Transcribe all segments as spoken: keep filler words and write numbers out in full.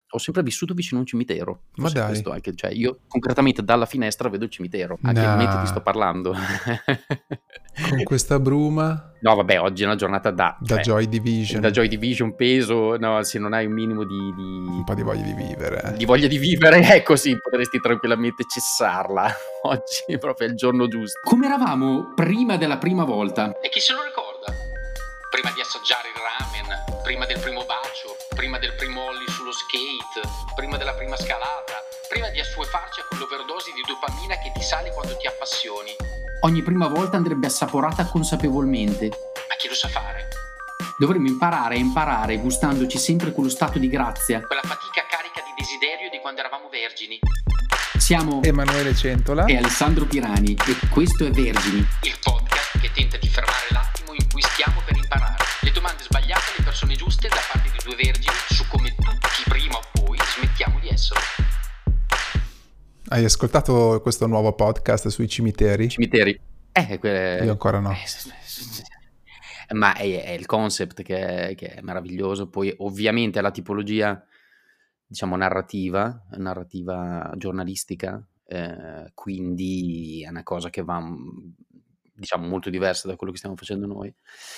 ho sempre vissuto vicino a un cimitero. Ma Forse dai. questo anche, cioè io concretamente dalla finestra vedo il cimitero, anche Nah. mentre ti sto parlando. Con questa bruma? No, vabbè, oggi è una giornata da, Da cioè, Joy Division. da Joy Division peso, no, se non hai un minimo di, di Un po' di voglia di vivere. di voglia di vivere, ecco sì, potresti tranquillamente cessarla. Oggi proprio è il giorno giusto. Come eravamo prima della prima volta? E chi se lo ricorda? Prima di assaggiare il ramen, prima del primo bacio, prima del primo ollie sullo skate, prima della prima scalata, prima di assuefarci a quell'overdose di dopamina che ti sale quando ti appassioni. Ogni prima volta andrebbe assaporata consapevolmente. Ma chi lo sa fare? Dovremmo imparare a imparare gustandoci sempre quello stato di grazia, quella fatica carica di desiderio di quando eravamo vergini. Siamo Emanuele Centola e Alessandro Pirani e questo è Vergini, il podcast che tenta di fermare l'attimo in cui stiamo per imparare. Le domande sbagliate alle persone giuste da parte di due vergini su come tutti prima o poi smettiamo di esserlo. Hai ascoltato questo nuovo podcast sui cimiteri? Cimiteri. Eh, quelle... Io ancora no. Eh, ma è, è il concept che è, che è meraviglioso. Poi ovviamente la tipologia, diciamo, narrativa, narrativa giornalistica, eh, quindi è una cosa che va, diciamo, molto diversa da quello che stiamo facendo noi.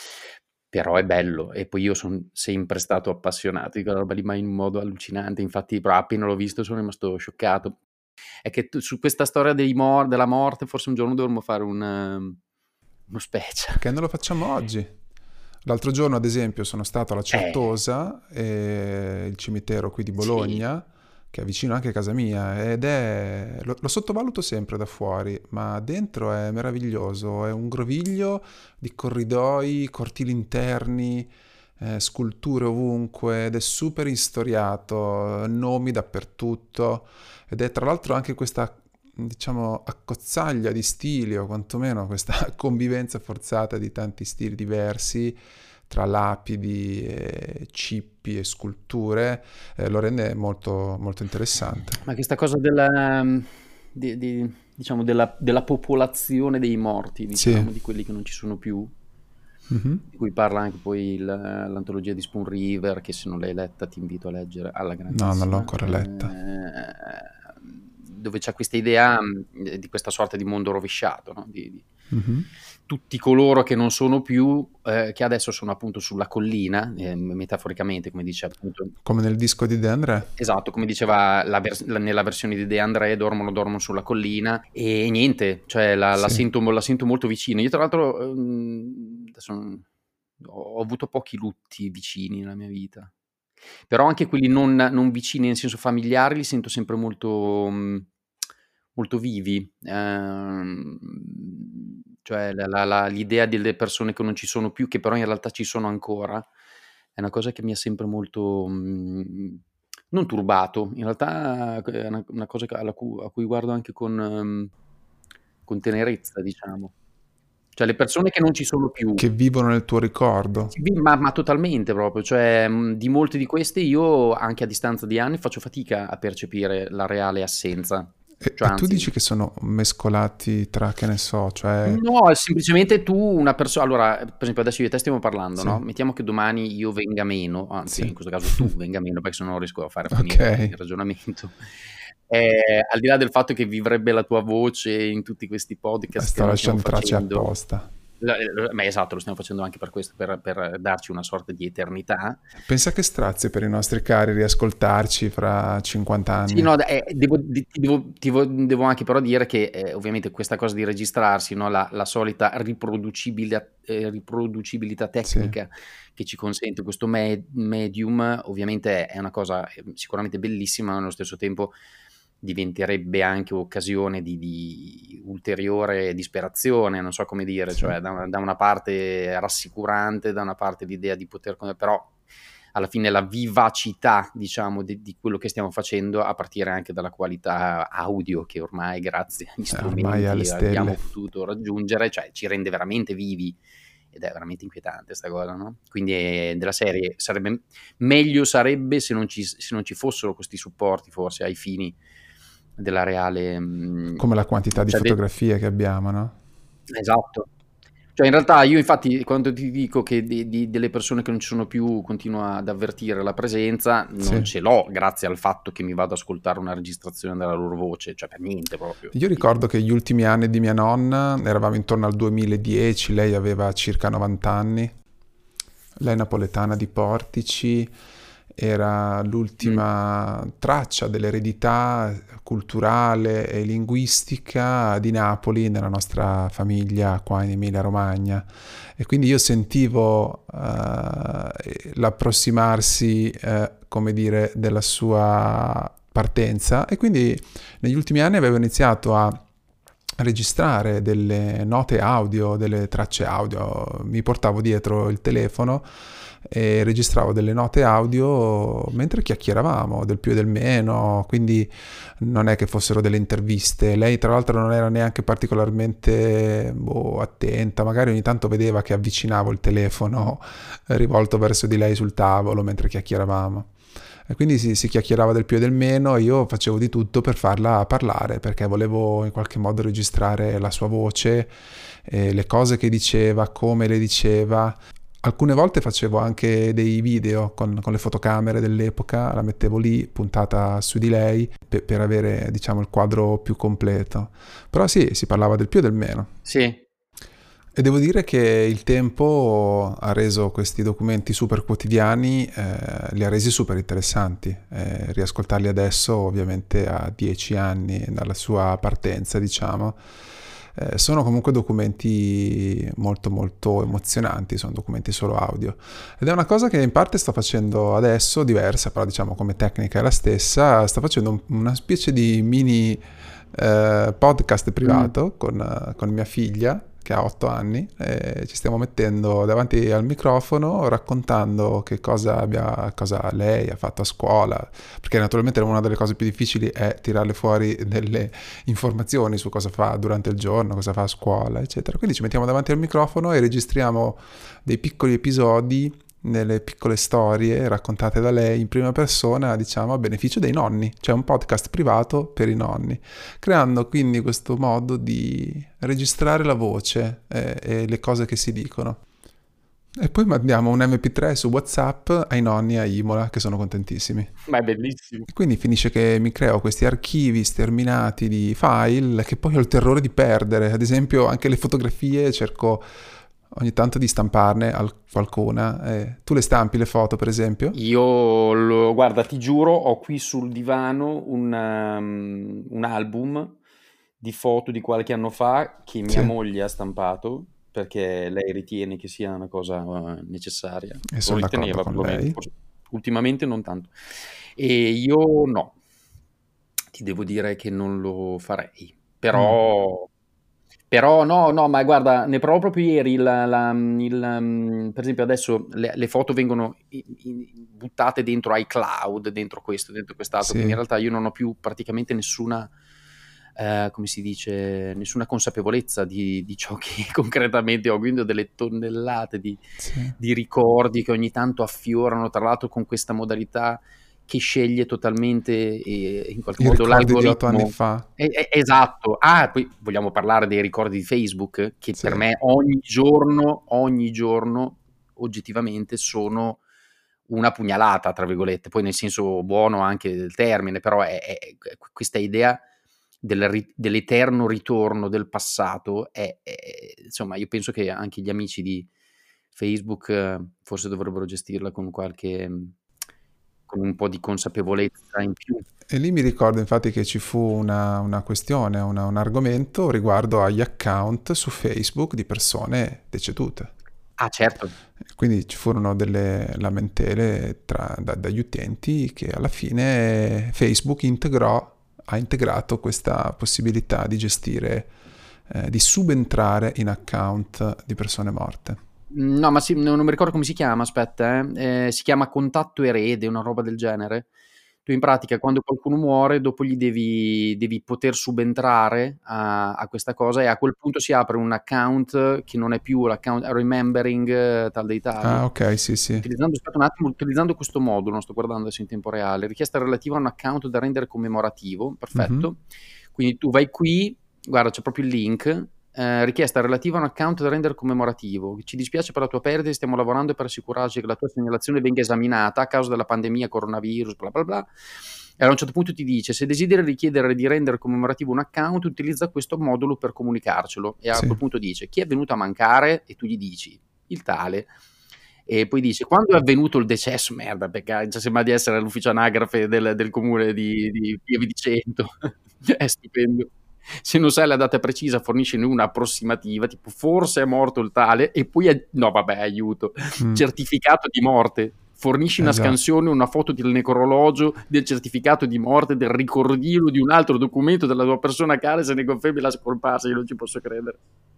Però è bello, e poi io sono sempre stato appassionato di quella roba lì, ma in un modo allucinante. Infatti appena l'ho visto sono rimasto scioccato. È che tu, su questa storia dei mor- della morte forse un giorno dovremmo fare un, um, uno special. Perché non lo facciamo oggi? L'altro giorno, ad esempio, sono stato alla Certosa, eh. il cimitero qui di Bologna, sì, che è vicino anche a casa mia, ed è... Lo, lo sottovaluto sempre da fuori, ma dentro è meraviglioso. È un groviglio di corridoi, cortili interni, eh, sculture ovunque, ed è super istoriato, nomi dappertutto, ed è tra l'altro anche questa, diciamo, accozzaglia di stili, o quantomeno questa convivenza forzata di tanti stili diversi tra lapidi, e cippi e sculture, eh, lo rende molto, molto interessante. Ma questa cosa della, di, di, diciamo della, della popolazione dei morti, diciamo, sì, di quelli che non ci sono più, mm-hmm, di cui parla anche poi il, l'antologia di Spoon River, che se non l'hai letta ti invito a leggere, alla grandissima. No, non l'ho ancora letta. Eh, dove c'è questa idea di questa sorta di mondo rovesciato, no? Di, di mm-hmm, tutti coloro che non sono più, eh, che adesso sono appunto sulla collina, eh, metaforicamente, come dice appunto. Come nel disco di De André. Esatto, come diceva la vers- la, nella versione di De André, dormono, dormono sulla collina, e niente, cioè la, sì, la, sento, la sento molto vicino. Io tra l'altro um, adesso, ho avuto pochi lutti vicini nella mia vita, però anche quelli non, non vicini nel senso familiare li sento sempre molto, molto vivi, ehm, cioè la, la, la, l'idea delle persone che non ci sono più, che però in realtà ci sono ancora, è una cosa che mi ha sempre molto mh, non turbato, in realtà è una, una cosa alla cui, a cui guardo anche con, um, con tenerezza, diciamo. Cioè le persone che non ci sono più, che vivono nel tuo ricordo, ma, ma totalmente proprio, cioè di molte di queste io anche a distanza di anni faccio fatica a percepire la reale assenza. E, cioè, e tu dici che sono mescolati tra, che ne so, cioè... No, è semplicemente tu una persona, allora per esempio adesso io e te stiamo parlando, sì, no? Mettiamo che domani io venga meno, anzi sì, in questo caso tu venga meno, perché sennò non riesco a fare finire okay. il ragionamento. Eh, al di là del fatto che vivrebbe la tua voce in tutti questi podcast, sto lasciando tracce apposta. Ma esatto, lo stiamo facendo anche per questo, per, per darci una sorta di eternità. Pensa che strazio per i nostri cari riascoltarci fra cinquanta anni. Sì, no, eh, devo, devo, devo, devo anche però dire che eh, ovviamente questa cosa di registrarsi, no, la, la solita riproducibilità, eh, riproducibilità tecnica, sì, che ci consente questo med- medium, ovviamente è una cosa sicuramente bellissima, ma allo stesso tempo diventerebbe anche occasione di, di ulteriore disperazione, non so come dire, sì, cioè da, da una parte rassicurante, da una parte l'idea di poter, però alla fine la vivacità, diciamo, di, di quello che stiamo facendo, a partire anche dalla qualità audio che ormai grazie agli strumenti abbiamo potuto raggiungere, cioè ci rende veramente vivi, ed è veramente inquietante sta cosa, no? Quindi è della serie, sarebbe meglio sarebbe se non ci, se non ci fossero questi supporti forse ai fini della reale, come la quantità di cioè fotografie de... che abbiamo, no? Esatto, Cioè in realtà io infatti quando ti dico che di, di- delle persone che non ci sono più continuo ad avvertire la presenza, non Sì. ce l'ho grazie al fatto che mi vado ad ascoltare una registrazione della loro voce, cioè per niente proprio. Io ricordo che gli ultimi anni di mia nonna, eravamo intorno al duemiladieci, lei aveva circa novanta anni, lei è napoletana di Portici, era Mm. l'ultima traccia dell'eredità culturale e linguistica di Napoli nella nostra famiglia qua in Emilia-Romagna. E quindi io sentivo eh, l'approssimarsi, eh, come dire, della sua partenza e quindi negli ultimi anni avevo iniziato a registrare delle note audio, delle tracce audio, mi portavo dietro il telefono e registravo delle note audio mentre chiacchieravamo del più e del meno, quindi non è che fossero delle interviste. Lei tra l'altro non era neanche particolarmente boh, attenta, magari ogni tanto vedeva che avvicinavo il telefono rivolto verso di lei sul tavolo mentre chiacchieravamo. E quindi si, si chiacchierava del più e del meno e io facevo di tutto per farla parlare perché volevo in qualche modo registrare la sua voce, eh, le cose che diceva, come le diceva. Alcune volte facevo anche dei video con, con le fotocamere dell'epoca, la mettevo lì puntata su di lei per, per avere, diciamo, il quadro più completo. Però sì, si parlava del più e del meno. Sì. E devo dire che il tempo ha reso questi documenti super quotidiani, eh, li ha resi super interessanti. Eh, riascoltarli adesso, ovviamente a dieci anni dalla sua partenza, diciamo, eh, sono comunque documenti molto molto emozionanti, sono documenti solo audio. Ed è una cosa che in parte sto facendo adesso, diversa, però diciamo come tecnica è la stessa, sto facendo un- una specie di mini eh, podcast Mm. privato con, con mia figlia che ha otto anni, e ci stiamo mettendo davanti al microfono raccontando che cosa, abbia, cosa lei ha fatto a scuola, perché naturalmente una delle cose più difficili è tirarle fuori delle informazioni su cosa fa durante il giorno, cosa fa a scuola, eccetera. Quindi ci mettiamo davanti al microfono e registriamo dei piccoli episodi nelle piccole storie raccontate da lei in prima persona, diciamo, a beneficio dei nonni. C'è un podcast privato per i nonni, creando quindi questo modo di registrare la voce e, e le cose che si dicono. E poi mandiamo un emme pi tre su WhatsApp ai nonni a Imola, che sono contentissimi. Ma è bellissimo. E quindi finisce che mi creo questi archivi sterminati di file che poi ho il terrore di perdere. Ad esempio anche le fotografie cerco ogni tanto di stamparne al- qualcuna. Eh, tu le stampi le foto, per esempio? Io, lo, guarda, ti giuro, ho qui sul divano un, um, un album di foto di qualche anno fa che mia Sì, moglie ha stampato perché lei ritiene che sia una cosa uh, necessaria, e o sono d'accordo riteneva con perlomeno, lei. forse ultimamente non tanto. E io no, ti devo dire che non lo farei, Mm, però, però no, no, ma guarda, ne provo proprio ieri, la- la- il, um, per esempio adesso le, le foto vengono i- i- buttate dentro iCloud, dentro questo, dentro quest'altro, quindi in sì, realtà io non ho più praticamente nessuna, eh, come si dice, nessuna consapevolezza di, di ciò che concretamente ho, quindi ho delle tonnellate di, sì. di ricordi che ogni tanto affiorano, tra l'altro con questa modalità che sceglie totalmente eh, in qualche I modo ricordi di otto anni l'algoritmo. fa. Eh, eh, esatto. Ah, poi vogliamo parlare dei ricordi di Facebook, che Sì. per me ogni giorno, ogni giorno, oggettivamente sono una pugnalata, tra virgolette, poi nel senso buono anche del termine, però è, è- è questa idea del ri- dell'eterno ritorno del passato è, è- insomma, io penso che anche gli amici di Facebook eh, forse dovrebbero gestirla con qualche, con un po' di consapevolezza in più. E lì mi ricordo infatti che ci fu una, una questione, una- un argomento riguardo agli account su Facebook di persone decedute. Ah, certo. Quindi ci furono delle lamentele tra- da- dagli utenti che alla fine Facebook integrò, ha integrato questa possibilità di gestire, eh, di subentrare in account di persone morte. No, ma sì, no, non mi ricordo come si chiama, aspetta, eh. Eh, si chiama contatto erede, una roba del genere. Tu in pratica quando qualcuno muore, dopo gli devi, devi poter subentrare a, a questa cosa e a quel punto si apre un account che non è più l'account remembering eh, tal dei tali. Ah, ok, sì, sì. Utilizzando, aspetta un attimo, utilizzando questo modulo, non sto guardando adesso in tempo reale, richiesta relativa a un account da rendere commemorativo, Mhm. perfetto. Quindi tu vai qui, guarda, c'è proprio il link, eh, richiesta relativa a un account da rendere commemorativo. Ci dispiace per la tua perdita e stiamo lavorando per assicurarci che la tua segnalazione venga esaminata a causa della pandemia coronavirus, bla bla bla. E a un certo punto ti dice: se desideri richiedere di rendere commemorativo un account, utilizza questo modulo per comunicarcelo. E a Sì. quel punto dice: chi è venuto a mancare? E tu gli dici: il tale. E poi dice: quando è avvenuto il decesso? Merda, perché cioè, sembra di essere all'ufficio anagrafe del, del comune di, di Pieve di Cento. È stupendo. Se non sai la data precisa, forniscine una approssimativa, tipo forse è morto il tale, e poi è... no vabbè, aiuto, Mm. certificato di morte. Fornisci una Eh già. scansione, una foto del necrologio, del certificato di morte, del ricordino di un altro documento della tua persona cara, se ne confermi la scomparsa. Io non ci posso credere.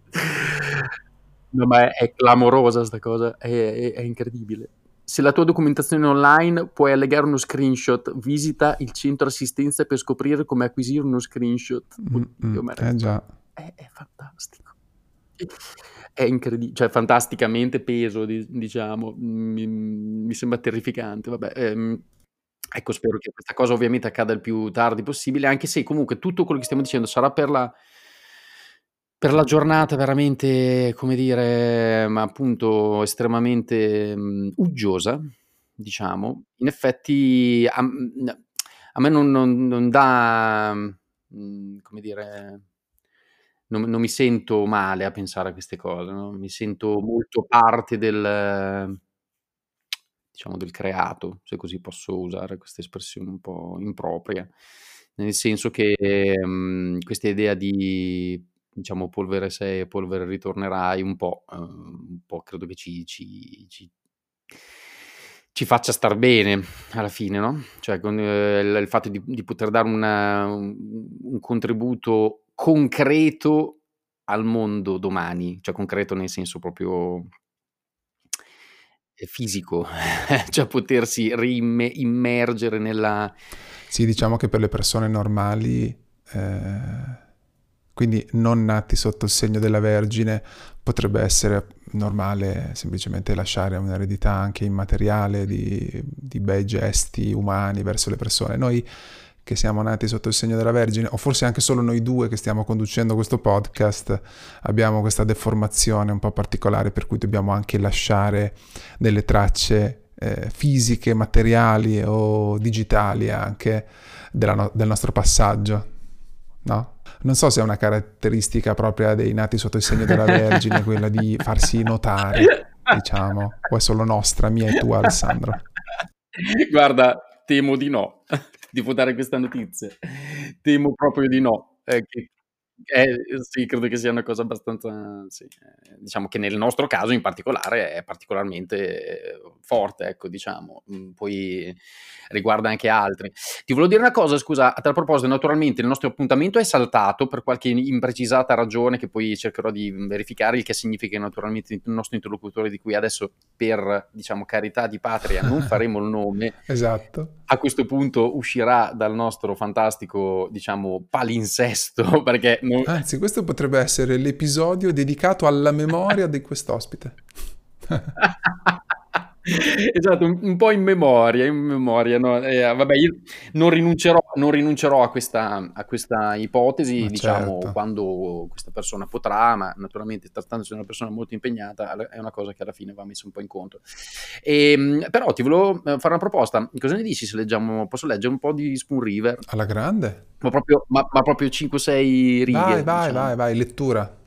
No, ma è, è clamorosa sta cosa, è, è, è incredibile. Se la tua documentazione è online, puoi allegare uno screenshot. Visita il centro assistenza per scoprire come acquisire uno screenshot. Oddio, Mm-mm. ma Eh già. è, è fantastico. È incredibile, cioè fantasticamente peso, di- diciamo. Mi, mi sembra terrificante. Vabbè, ehm, ecco, spero che questa cosa ovviamente accada il più tardi possibile, anche se comunque tutto quello che stiamo dicendo sarà per la per la giornata veramente, come dire, ma appunto estremamente, mhmm, uggiosa, diciamo. In effetti a mhmm, a me non non non dà, mhmm, come dire, non non mi sento male a pensare a queste cose, no, mi sento molto parte del diciamo del creato, se così posso usare questa espressione un po' impropria. Nel senso che, mhmm, questa idea di, diciamo, polvere sei e polvere ritornerai un po', uhm, un po' credo che ci ci ci ci faccia star bene alla fine, no, cioè con, ehm, il il fatto di di poter dare una un un contributo concreto al mondo domani, cioè concreto nel senso proprio ehm, fisico, cioè potersi rimme immergere nella Sì, diciamo che per le persone normali, eh, quindi non nati sotto il segno della Vergine, potrebbe essere normale semplicemente lasciare un'eredità anche immateriale di, di bei gesti umani verso le persone. Noi che siamo nati sotto il segno della Vergine, o forse anche solo noi due che stiamo conducendo questo podcast, abbiamo questa deformazione un po' particolare per cui dobbiamo anche lasciare delle tracce eh, fisiche, materiali o digitali anche della no- del nostro passaggio, no? Non so se è una caratteristica propria dei nati sotto il segno della Vergine, quella di farsi notare, diciamo, o è solo nostra, mia e tua, Alessandro? Guarda, temo di no. Devo dare questa notizia. Temo proprio di no. Eh, che eh, sì, credo che sia una cosa abbastanza sì, ehm, diciamo che nel nostro caso in particolare è particolarmente eh, forte, ecco, diciamo. Mhmm, poi riguarda anche altri. Ti volevo dire una cosa, scusa, a tal proposito, naturalmente il nostro appuntamento è saltato per qualche imprecisata ragione che poi cercherò di verificare, il che significa che naturalmente il nostro interlocutore di cui adesso per, diciamo, carità di patria non faremo il nome, Esatto. a questo punto uscirà dal nostro fantastico, diciamo, palinsesto, perché non... Anzi, questo potrebbe essere l'episodio dedicato alla memoria di quest'ospite. Esatto, un, un po' in memoria, in memoria, no? Eh, vabbè, io non rinuncerò, non rinuncerò a questa, a questa ipotesi, Ma diciamo, certo. quando questa persona potrà, ma naturalmente trattandosi di una persona molto impegnata, all- è una cosa che alla fine va messa un po' in conto. Ehm, però ti volevo eh, fare una proposta, cosa ne dici se leggiamo, posso leggere un po' di Spoon River? Alla grande? Ma proprio, ma, ma proprio cinque sei Vai, righe, vai, vai, diciamo. vai, lettura.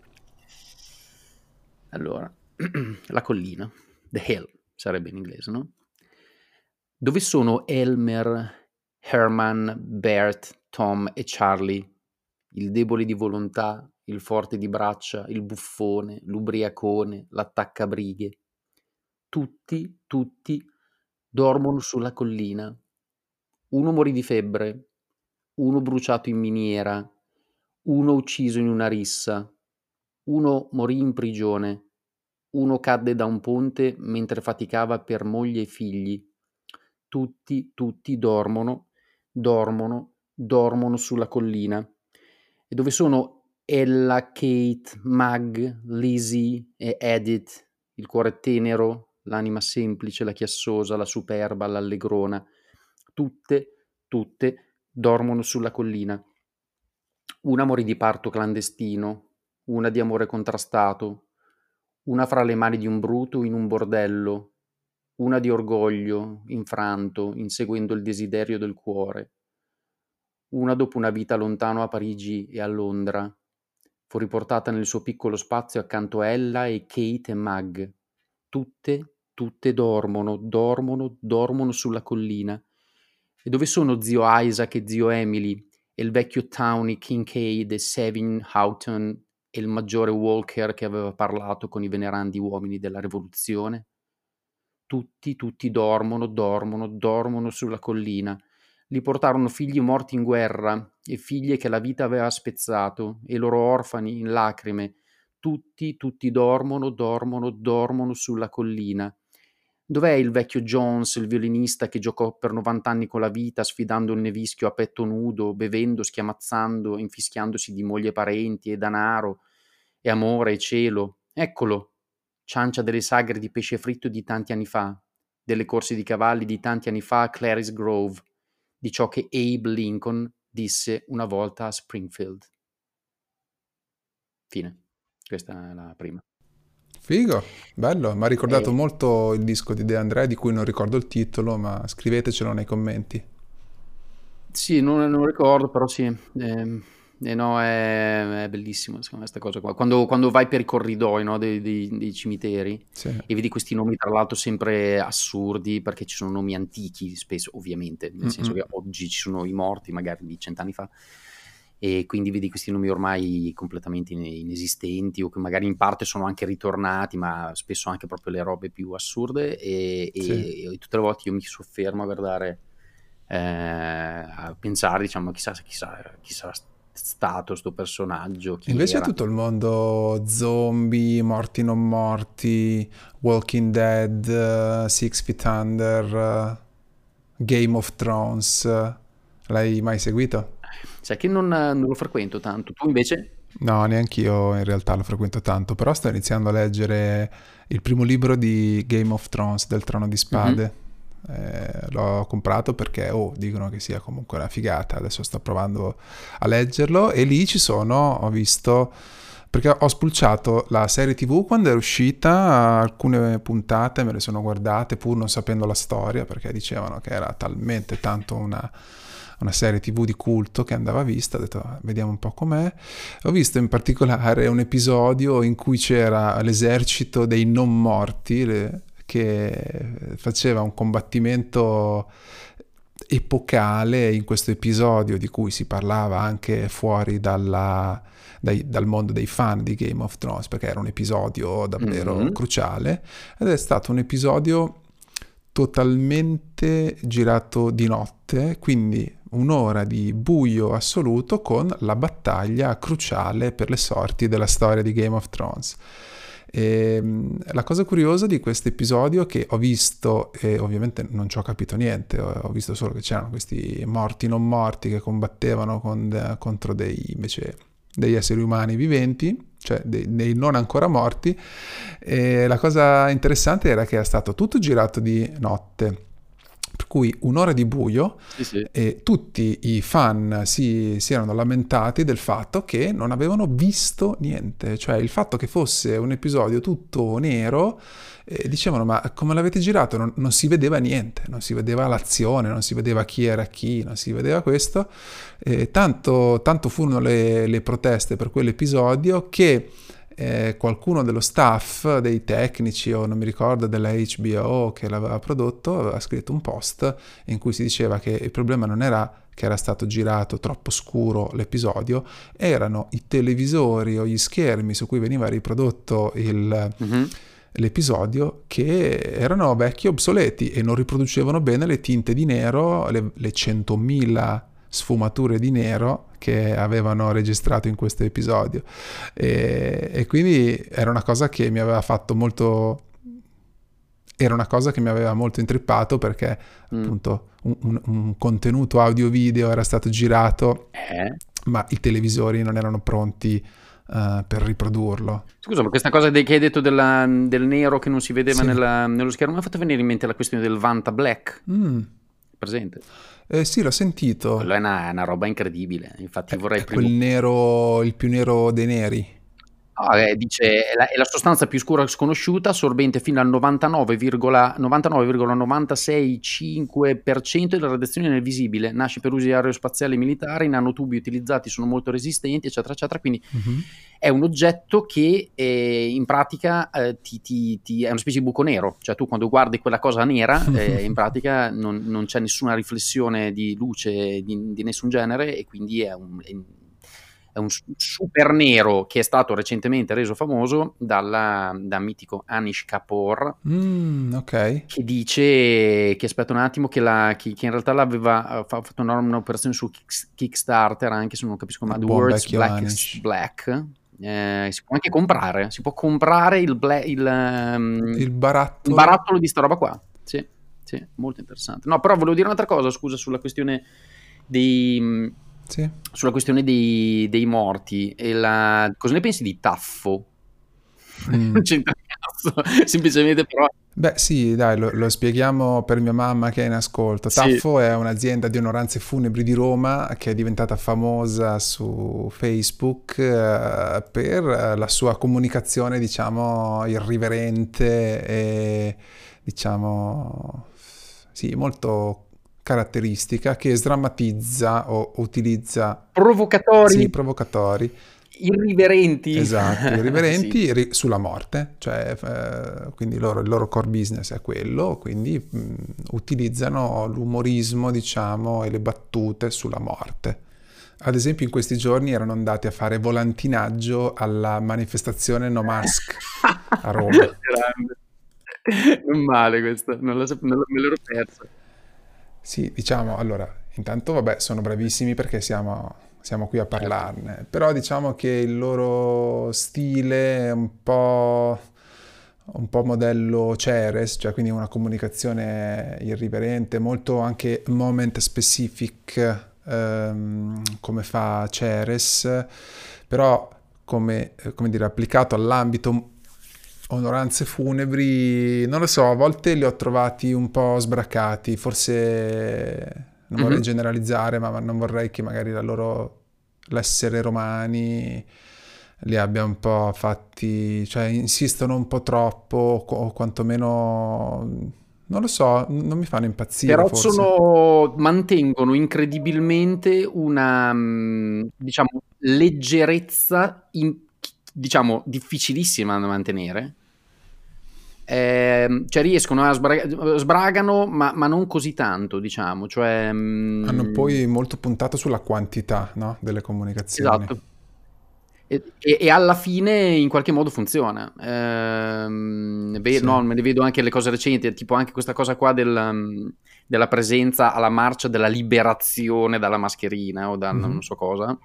Allora, la collina, The Hill sarebbe in inglese, no? Dove sono Elmer, Herman, Bert, Tom e Charlie? Il debole di volontà, il forte di braccia, il buffone, l'ubriacone, l'attaccabrighe. Tutti, tutti dormono sulla collina. Uno morì di febbre, uno bruciato in miniera, uno ucciso in una rissa, uno morì in prigione, uno cadde da un ponte mentre faticava per moglie e figli. Tutti, tutti dormono, dormono, dormono sulla collina. E dove sono Ella, Kate, Mag, Lizzie e Edith, il cuore tenero, l'anima semplice, la chiassosa, la superba, l'allegrona. Tutte, tutte dormono sulla collina. Una morì di parto clandestino, una di amore contrastato, una fra le mani di un bruto in un bordello, una di orgoglio, infranto, inseguendo il desiderio del cuore, una dopo una vita lontano a Parigi e a Londra, fu riportata nel suo piccolo spazio accanto a Ella e Kate e Mag. Tutte, tutte dormono, dormono, dormono sulla collina. E dove sono zio Isaac e zio Emily, e il vecchio Towny Kincaid e Savin Houghton e il maggiore Walker che aveva parlato con i venerandi uomini della rivoluzione? Tutti, tutti dormono, dormono, dormono sulla collina. Li portarono figli morti in guerra e figlie che la vita aveva spezzato, e loro orfani in lacrime. Tutti, tutti dormono, dormono, dormono sulla collina. Dov'è il vecchio Jones, il violinista che giocò per novanta anni con la vita, sfidando il nevischio a petto nudo, bevendo, schiamazzando, infischiandosi di moglie e parenti e danaro e amore e cielo? Eccolo, ciancia delle sagre di pesce fritto di tanti anni fa, delle corse di cavalli di tanti anni fa a Clary's Grove, di ciò che Abe Lincoln disse una volta a Springfield. Fine. Questa è la prima. Figo, bello, mi ha ricordato E... molto il disco di De André, di cui non ricordo il titolo, ma scrivetecelo nei commenti. Sì, non, non ricordo, però sì. Ehm, eh, no, è, è bellissimo, secondo me, questa cosa qua. Quando, quando vai per i corridoi, no, dei, dei- dei cimiteri Sì. e vedi questi nomi, tra l'altro, sempre assurdi, perché ci sono nomi antichi, spesso, ovviamente, nel senso Mm-mm. che oggi ci sono i morti, magari di cent'anni fa, e quindi vedi questi nomi ormai completamente in- inesistenti, o che magari in parte sono anche ritornati, ma spesso anche proprio le robe più assurde, e, Sì. e- e tutte le volte io mi soffermo a guardare, eh, a pensare, diciamo, chissà, chissà, chi sarà stato sto personaggio, chi Invece era. tutto il mondo zombie, morti non morti, Walking Dead, eh, Six Feet Under, eh, Game of Thrones, eh, l'hai mai seguito? Sai che non, non lo frequento tanto, tu invece? No, neanch'io in realtà lo frequento tanto, però sto iniziando a leggere il primo libro di Game of Thrones, del Trono di Mhm. Spade. Eh, l'ho comprato perché oh, dicono che sia comunque una figata, adesso sto provando a leggerlo e lì ci sono, ho visto, perché ho spulciato la serie tivù quando era uscita, alcune puntate me le sono guardate pur non sapendo la storia, perché dicevano che era talmente tanto una una serie tivù di culto che andava vista, ho detto "Ah, vediamo un po' com'è". Ho visto in particolare un episodio in cui c'era l'esercito dei non morti le- che faceva un combattimento epocale in questo episodio di cui si parlava anche fuori dalla, dai, dal mondo dei fan di Game of Thrones, perché era un episodio davvero Mhm. cruciale ed è stato un episodio totalmente girato di notte, quindi un'ora di buio assoluto con la battaglia cruciale per le sorti della storia di Game of Thrones. E, la cosa curiosa di questo episodio che ho visto, e ovviamente non ci ho capito niente, ho visto solo che c'erano questi morti non morti che combattevano con, contro dei, invece, degli esseri umani viventi, cioè dei, dei non ancora morti, e la cosa interessante era che è stato tutto girato di notte, per cui un'ora di buio, Sì, sì. e tutti i fan si, si erano lamentati del fatto che non avevano visto niente, cioè il fatto che fosse un episodio tutto nero, eh, dicevano ma come l'avete girato? Non, non si vedeva niente, non si vedeva l'azione, non si vedeva chi era chi, non si vedeva questo, eh, tanto, tanto furono le, le proteste per quell'episodio che eh, qualcuno dello staff, dei tecnici o non mi ricordo della H B O che l'aveva prodotto, aveva scritto un post in cui si diceva che il problema non era che era stato girato troppo scuro l'episodio, erano i televisori o gli schermi su cui veniva riprodotto il, Mhm. l'episodio che erano vecchi e obsoleti e non riproducevano bene le tinte di nero, le, le centomila sfumature di nero che avevano registrato in questo episodio, e, e quindi era una cosa che mi aveva fatto molto era una cosa che mi aveva molto intrippato perché Mm. appunto un, un, un contenuto audio video era stato girato Eh? ma i televisori non erano pronti uh, per riprodurlo. Scusa, ma questa cosa de- che hai detto della- del nero che non si vedeva Sì. nella- nello schermo mi ha fatto venire in mente la questione del Vanta Black, Mm. presente? Eh, sì, l'ho sentito. Quello è una, è una roba incredibile, infatti È, vorrei è quel prima... nero, il più nero dei neri. No, eh, dice è la, è la sostanza più scura sconosciuta, assorbente fino al novantanove virgola novantanove virgola novantasei cinque per cento della radiazione nel visibile, nasce per usi aerospaziali e militari, i nanotubi utilizzati sono molto resistenti, eccetera, eccetera. Quindi Mm-hmm. è un oggetto che eh, in pratica eh, ti, ti, ti, è una specie di buco nero, cioè tu quando guardi quella cosa nera, eh, in pratica non, non c'è nessuna riflessione di luce di, di nessun genere, e quindi è un... È, è un super nero che è stato recentemente reso famoso dalla, da mitico Anish Kapoor, Mm, ok. che dice che aspetta un attimo che, la, che, che in realtà l'aveva fatto una, un'operazione su Kickstarter, anche se non capisco, ma Il The buon World's vecchio Blackest Anish. Black. Eh, si può anche comprare, si può comprare il, bla, il, um, Il barattolo. il barattolo di sta roba qua. Sì, sì, molto interessante. No, però volevo dire un'altra cosa, scusa, sulla questione dei... Sì. Sulla questione dei, dei morti e la... cosa ne pensi di Taffo? Mm. Non c'entra cazzo, semplicemente però... Beh sì, dai, lo, lo spieghiamo per mia mamma che è in ascolto. Sì. Taffo è un'azienda di onoranze funebri di Roma che è diventata famosa su Facebook eh, per la sua comunicazione, diciamo, irriverente e, diciamo, sì, molto caratteristica, che sdrammatizza o utilizza... Provocatori. Sì, provocatori. Irriverenti. Esatto, irriverenti Sì. ri- sulla morte, cioè eh, quindi loro, il loro core business è quello, quindi mh, utilizzano l'umorismo, diciamo, e le battute sulla morte. Ad esempio in questi giorni erano andati a fare volantinaggio alla manifestazione No Mask a Roma. Grande. Non male questo, non lo sapevo, non lo- me l'ero perso. Sì, diciamo, allora, intanto vabbè, sono bravissimi perché siamo, siamo qui a Certo. parlarne, però diciamo che il loro stile è un po', un po' modello Ceres, cioè quindi una comunicazione irriverente, molto anche moment specific, ehm, come fa Ceres, però come, eh, come dire, applicato all'ambito onoranze funebri, non lo so, a volte li ho trovati un po' sbracati, forse non vorrei Mhm. generalizzare, ma non vorrei che magari la loro, l'essere romani li abbia un po' fatti, cioè insistono un po' troppo o quantomeno, non lo so, non mi fanno impazzire Però forse. sono, mantengono incredibilmente una, mh, diciamo, leggerezza, in- diciamo, difficilissima da mantenere. Ehm, cioè riescono a sbra- sbragano, ma, ma non così tanto, diciamo. Cioè, Hanno mh, poi molto puntato sulla quantità, no, delle comunicazioni. esatto. E, e- e alla fine in qualche modo funziona. Ehm, ve- Sì. no, me ne vedo anche le cose recenti, tipo anche questa cosa qua del, um, della presenza alla marcia della liberazione dalla mascherina o da non Mhm. so cosa.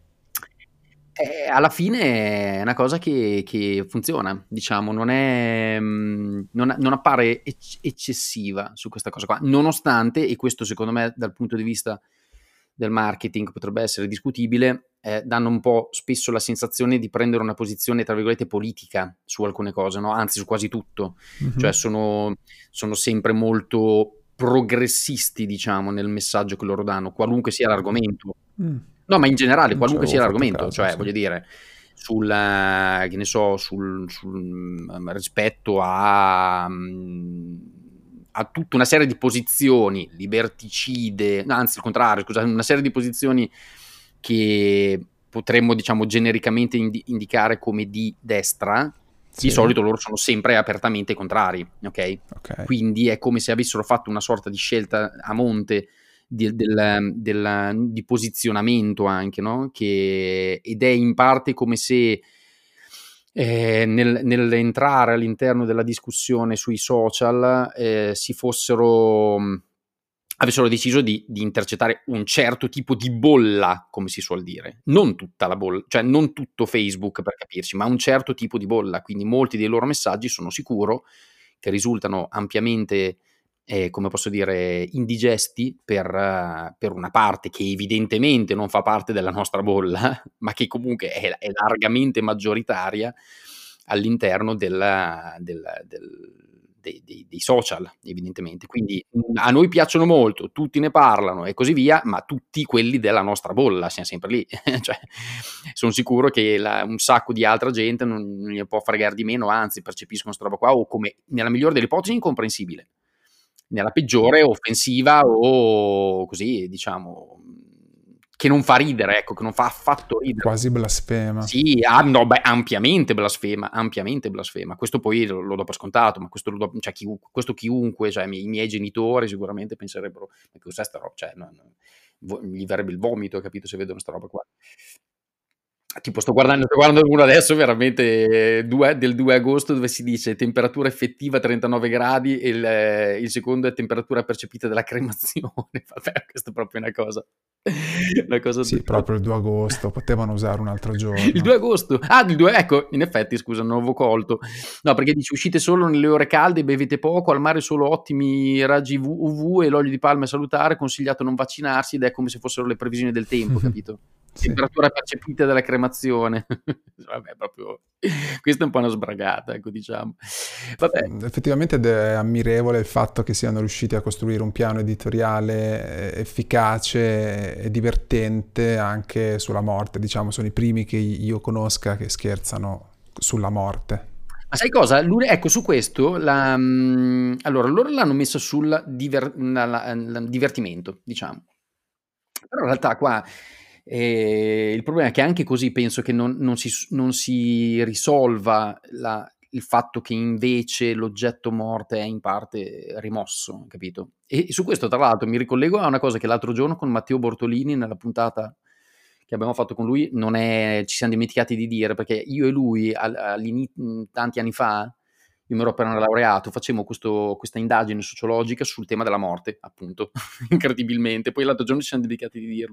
Eh, alla fine è una cosa che, che funziona, diciamo, non è, mm, non, non appare ec- eccessiva su questa cosa qua, nonostante, e questo secondo me dal punto di vista del marketing potrebbe essere discutibile, eh, danno un po' spesso la sensazione di prendere una posizione, tra virgolette, politica su alcune cose, no? Anzi su quasi tutto, cioè Mhm. sono, sono sempre molto progressisti, diciamo, nel messaggio che loro danno, qualunque sia l'argomento. Mm. No, ma in generale, Non ci qualunque avevo sia fatto l'argomento, caso, cioè sì. voglio dire, sul, eh, che ne so, sul, sul, mm, rispetto a, mm, a tutta una serie di posizioni liberticide, no, anzi il contrario, scusa, una serie di posizioni che potremmo, diciamo, genericamente indi- indicare come di destra, di Sì, solito loro sono sempre apertamente contrari, ok? ok. Quindi è come se avessero fatto una sorta di scelta a monte di, del, del, di posizionamento anche, no? Che, ed è in parte come se eh, nel, nell'entrare all'interno della discussione sui social eh, si fossero avessero deciso di, di intercettare un certo tipo di bolla, come si suol dire, non tutta la bolla, cioè non tutto Facebook per capirci, ma un certo tipo di bolla, quindi molti dei loro messaggi sono sicuro che risultano ampiamente eh, come posso dire, indigesti per, uh, per una parte che evidentemente non fa parte della nostra bolla, ma che comunque è, è largamente maggioritaria all'interno della, del, del, dei, dei, dei social, evidentemente. Quindi a noi piacciono molto, tutti ne parlano e così via, ma tutti quelli della nostra bolla siamo sempre lì. Cioè, sono sicuro che la, un sacco di altra gente non, non gli può fregare di meno, anzi percepiscono questa roba qua, o come, nella migliore delle ipotesi, incomprensibile, nella peggiore offensiva o così, diciamo, che non fa ridere, ecco, che non fa affatto ridere. Quasi blasfema. Sì, ah, no, beh, ampiamente blasfema, ampiamente blasfema. Questo poi lo, lo do per scontato, ma questo, lo do, cioè, chi, questo chiunque, cioè i miei genitori sicuramente penserebbero, ma cos'è sta roba? Cioè, no, no, vo- gli verrebbe il vomito, capito, se vedono sta roba qua. Tipo, sto guardando, sto guardando uno adesso veramente due, del due agosto, dove si dice temperatura effettiva trentanove gradi e il, eh, il secondo è temperatura percepita della cremazione. Vabbè, questa è proprio una cosa. Una cosa Sì, proprio il due agosto, potevano usare un altro giorno. Il due agosto. Ah, il due, ecco, in effetti, scusa, non avevo colto. No, perché dice uscite solo nelle ore calde, bevete poco, al mare solo ottimi raggi U V e l'olio di palma è salutare, consigliato non vaccinarsi ed è come se fossero le previsioni del tempo, capito? Sì. Temperatura percepita dalla cremazione. Vabbè, proprio questa è un po' una sbragata, ecco, diciamo. Vabbè. Effettivamente è ammirevole il fatto che siano riusciti a costruire un piano editoriale efficace e divertente anche sulla morte. Diciamo, sono i primi che io conosca che scherzano sulla morte. Ma sai cosa? Ecco, su questo, la, allora, loro l'hanno messa sul diver, la, la, la, divertimento, diciamo. Però in realtà qua eh, il problema è che anche così penso che non, non, si, non si risolva la, il fatto che invece l'oggetto morte è in parte rimosso, capito? E, e su questo, tra l'altro, mi ricollego a una cosa che l'altro giorno con Matteo Bortolini, nella puntata che abbiamo fatto con lui, non è, ci siamo dimenticati di dire, perché io e lui tanti anni fa, io mi ero appena laureato, facemmo questo, questa indagine sociologica sul tema della morte, appunto, incredibilmente. Poi l'altro giorno ci siamo dimenticati di dirlo.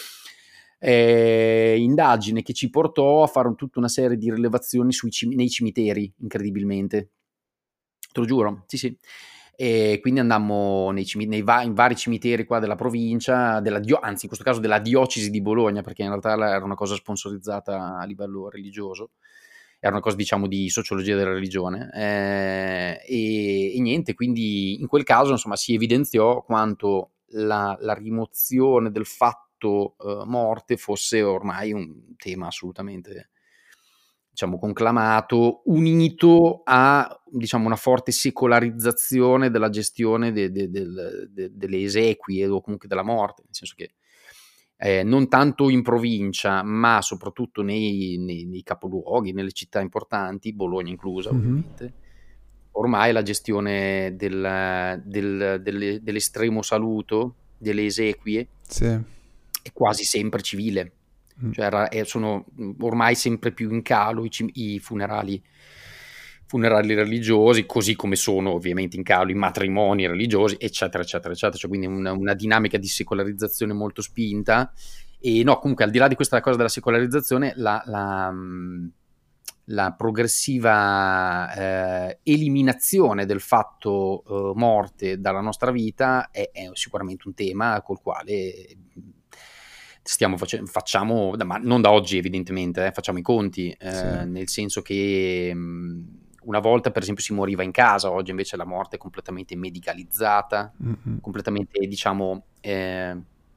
Eh, indagine che ci portò a fare tutta una serie di rilevazioni sui cim- nei cimiteri, incredibilmente. Te lo giuro, sì sì. E quindi andammo nei, cimi- nei va- in vari cimiteri qua della provincia, della dio- anzi in questo caso della diocesi di Bologna, perché in realtà era una cosa sponsorizzata a livello religioso, era una cosa diciamo di sociologia della religione, eh, e, e niente, quindi in quel caso insomma si evidenziò quanto la, la rimozione del fatto eh, morte fosse ormai un tema assolutamente, diciamo, conclamato, unito a, diciamo, una forte secolarizzazione della gestione de, de, de, de, delle esequie o comunque della morte, nel senso che eh, non tanto in provincia, ma soprattutto nei, nei, nei capoluoghi, nelle città importanti, Bologna inclusa, mm-hmm. ovviamente, ormai la gestione del, del, delle, dell'estremo saluto, delle esequie, sì. è quasi sempre civile. Cioè sono ormai sempre più in calo i, i funerali funerali religiosi, così come sono ovviamente in calo i matrimoni religiosi, eccetera eccetera eccetera, cioè quindi una, una dinamica di secolarizzazione molto spinta. E no, comunque al di là di questa cosa della secolarizzazione, la, la, la progressiva eh, eliminazione del fatto eh, morte dalla nostra vita è, è sicuramente un tema col quale stiamo facendo, facciamo, ma non da oggi evidentemente, eh, facciamo i conti, eh, sì. Nel senso che mh, una volta per esempio si moriva in casa, oggi invece la morte è completamente medicalizzata, mm-hmm. completamente diciamo eh,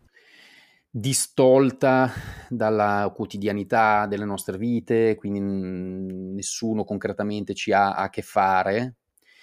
distolta dalla quotidianità delle nostre vite, quindi mh, nessuno concretamente ci ha a che fare.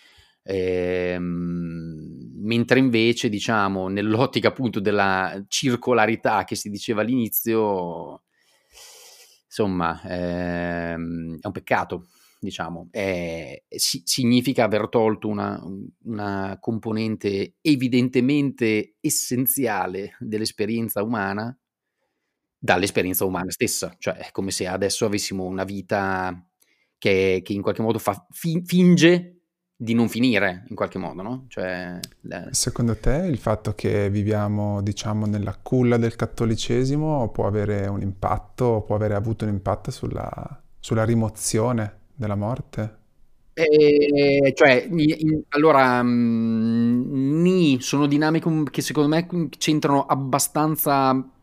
Ehm, mentre invece diciamo nell'ottica appunto della circolarità che si diceva all'inizio, insomma ehm, è un peccato, diciamo, è, si, significa aver tolto una, una componente evidentemente essenziale dell'esperienza umana dall'esperienza umana stessa, cioè è come se adesso avessimo una vita che, che in qualche modo fa, fi, finge di non finire in qualche modo, no? Cioè, le... Secondo te il fatto che viviamo, diciamo, nella culla del cattolicesimo può avere un impatto, può avere avuto un impatto sulla, sulla rimozione della morte? Eh, cioè, in, allora, mh, sono dinamiche che secondo me c'entrano abbastanza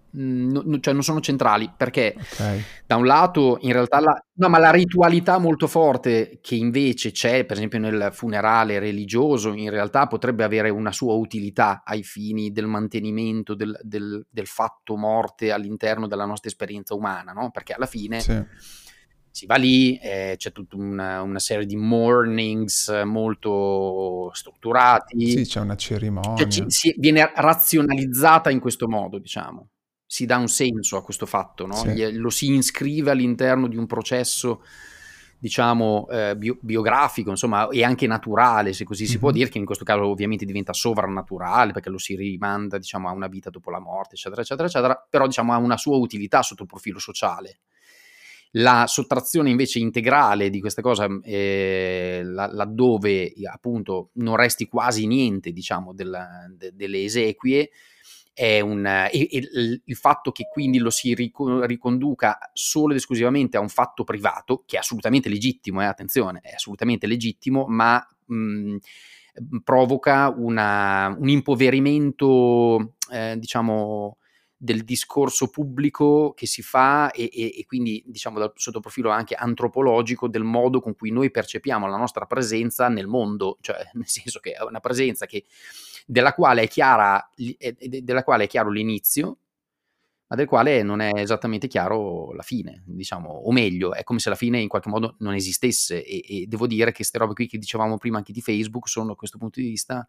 mh, cioè non sono centrali, perché okay. da un lato in realtà la, no, ma la ritualità molto forte che invece c'è, per esempio nel funerale religioso, in realtà potrebbe avere una sua utilità ai fini del mantenimento del, del, del fatto morte all'interno della nostra esperienza umana, no? Perché alla fine Sì. si va lì, eh, c'è tutta una, una serie di mornings molto strutturati, Sì, c'è una cioè cerimonia. ci, si, viene razionalizzata in questo modo, diciamo, si dà un senso a questo fatto, no? Sì. Gli, lo si iscrive all'interno di un processo, diciamo, eh, bio, biografico, insomma, e anche naturale, se così si Mm-hmm. può dire, che in questo caso ovviamente diventa sovrannaturale, perché lo si rimanda, diciamo, a una vita dopo la morte, eccetera, eccetera, eccetera, però, diciamo, ha una sua utilità sotto il profilo sociale. La sottrazione invece integrale di questa cosa, eh, laddove appunto non resti quasi niente, diciamo, della, de, delle esequie, è un, e, e il fatto che quindi lo si riconduca solo ed esclusivamente a un fatto privato, che è assolutamente legittimo, eh, attenzione, è assolutamente legittimo, ma mh, provoca una, un impoverimento, eh, diciamo, del discorso pubblico che si fa e, e, e quindi, diciamo, dal sotto profilo anche antropologico del modo con cui noi percepiamo la nostra presenza nel mondo, cioè nel senso che è una presenza che, della quale è chiara, della quale è chiaro l'inizio, ma del quale non è esattamente chiaro la fine, diciamo, o meglio, è come se la fine in qualche modo non esistesse, e, e devo dire che queste robe qui che dicevamo prima anche di Facebook sono, a questo punto di vista,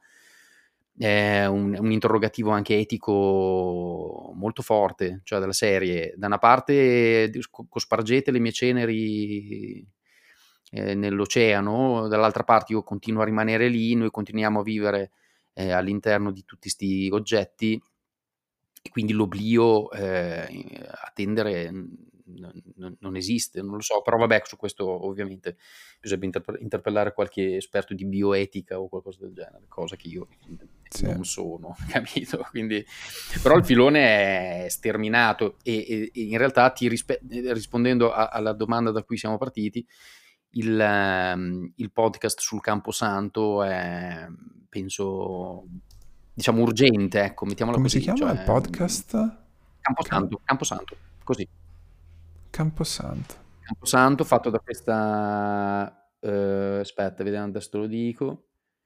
è un, un interrogativo anche etico molto forte, cioè della serie, da una parte cospargete le mie ceneri eh, nell'oceano, dall'altra parte io continuo a rimanere lì, noi continuiamo a vivere eh, all'interno di tutti questi oggetti, e quindi l'oblio eh, a tendere non, non esiste, non lo so, però vabbè, su questo ovviamente bisogna interpe- interpellare qualche esperto di bioetica o qualcosa del genere, cosa che io sì. non sono, capito? Quindi, però il filone è sterminato e, e, e in realtà ti rispe- rispondendo a, alla domanda da cui siamo partiti, il, um, il podcast sul Camposanto è, penso, diciamo, urgente, ecco, mettiamola Come così. si chiama cioè, il podcast? Camposanto, Cam- Camposanto, così. Camposanto. Camposanto, fatto da questa, eh, aspetta, vediamo, adesso te lo dico,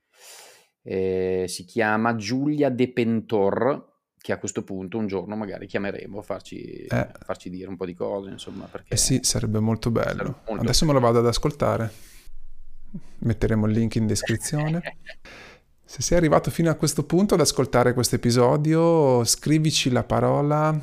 eh, si chiama Giulia De Pentor, che a questo punto un giorno magari chiameremo a farci, eh. farci dire un po' di cose, insomma, perché... Eh sì, sarebbe molto bello. Sarebbe molto adesso bello. Me lo vado ad ascoltare. Metteremo il link in descrizione. Se sei arrivato fino a questo punto ad ascoltare questo episodio, scrivici la parola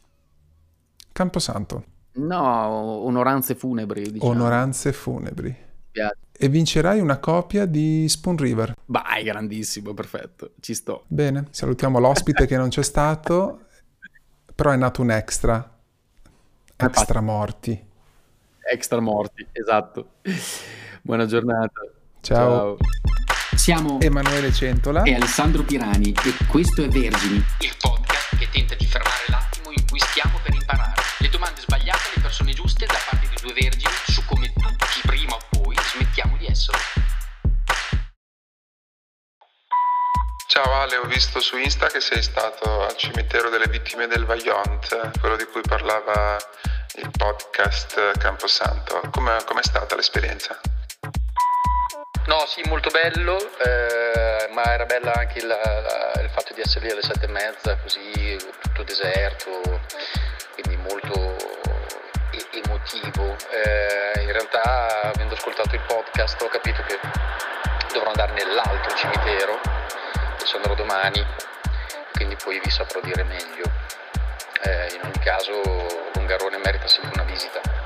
Camposanto. No, onoranze funebri, diciamo. Onoranze funebri. Piace. E vincerai una copia di Spoon River. Vai, grandissimo, perfetto, ci sto. Bene, salutiamo l'ospite che non c'è stato, però è nato un extra. Extra morti. Extra morti, esatto. Buona giornata. Ciao. Ciao. Siamo Emanuele Centola e Alessandro Pirani e questo è Vergini, il podcast che tenta di fermare l'attimo in cui stiamo per imparare le domande sbagliate alle persone giuste da parte di due vergini su come tutti prima o poi smettiamo di esserlo. Ciao Ale, ho visto su Insta che sei stato al cimitero delle vittime del Vajont, quello di cui parlava il podcast Camposanto. Come è stata l'esperienza? No, sì, molto bello, eh, ma era bella anche il, la, il fatto di essere lì alle sette e mezza, così, tutto deserto, quindi molto emotivo. Eh, in realtà, avendo ascoltato il podcast, ho capito che dovrò andare nell'altro cimitero, adesso andrò domani, quindi poi vi saprò dire meglio. Eh, in ogni caso, Longarone merita sempre una visita.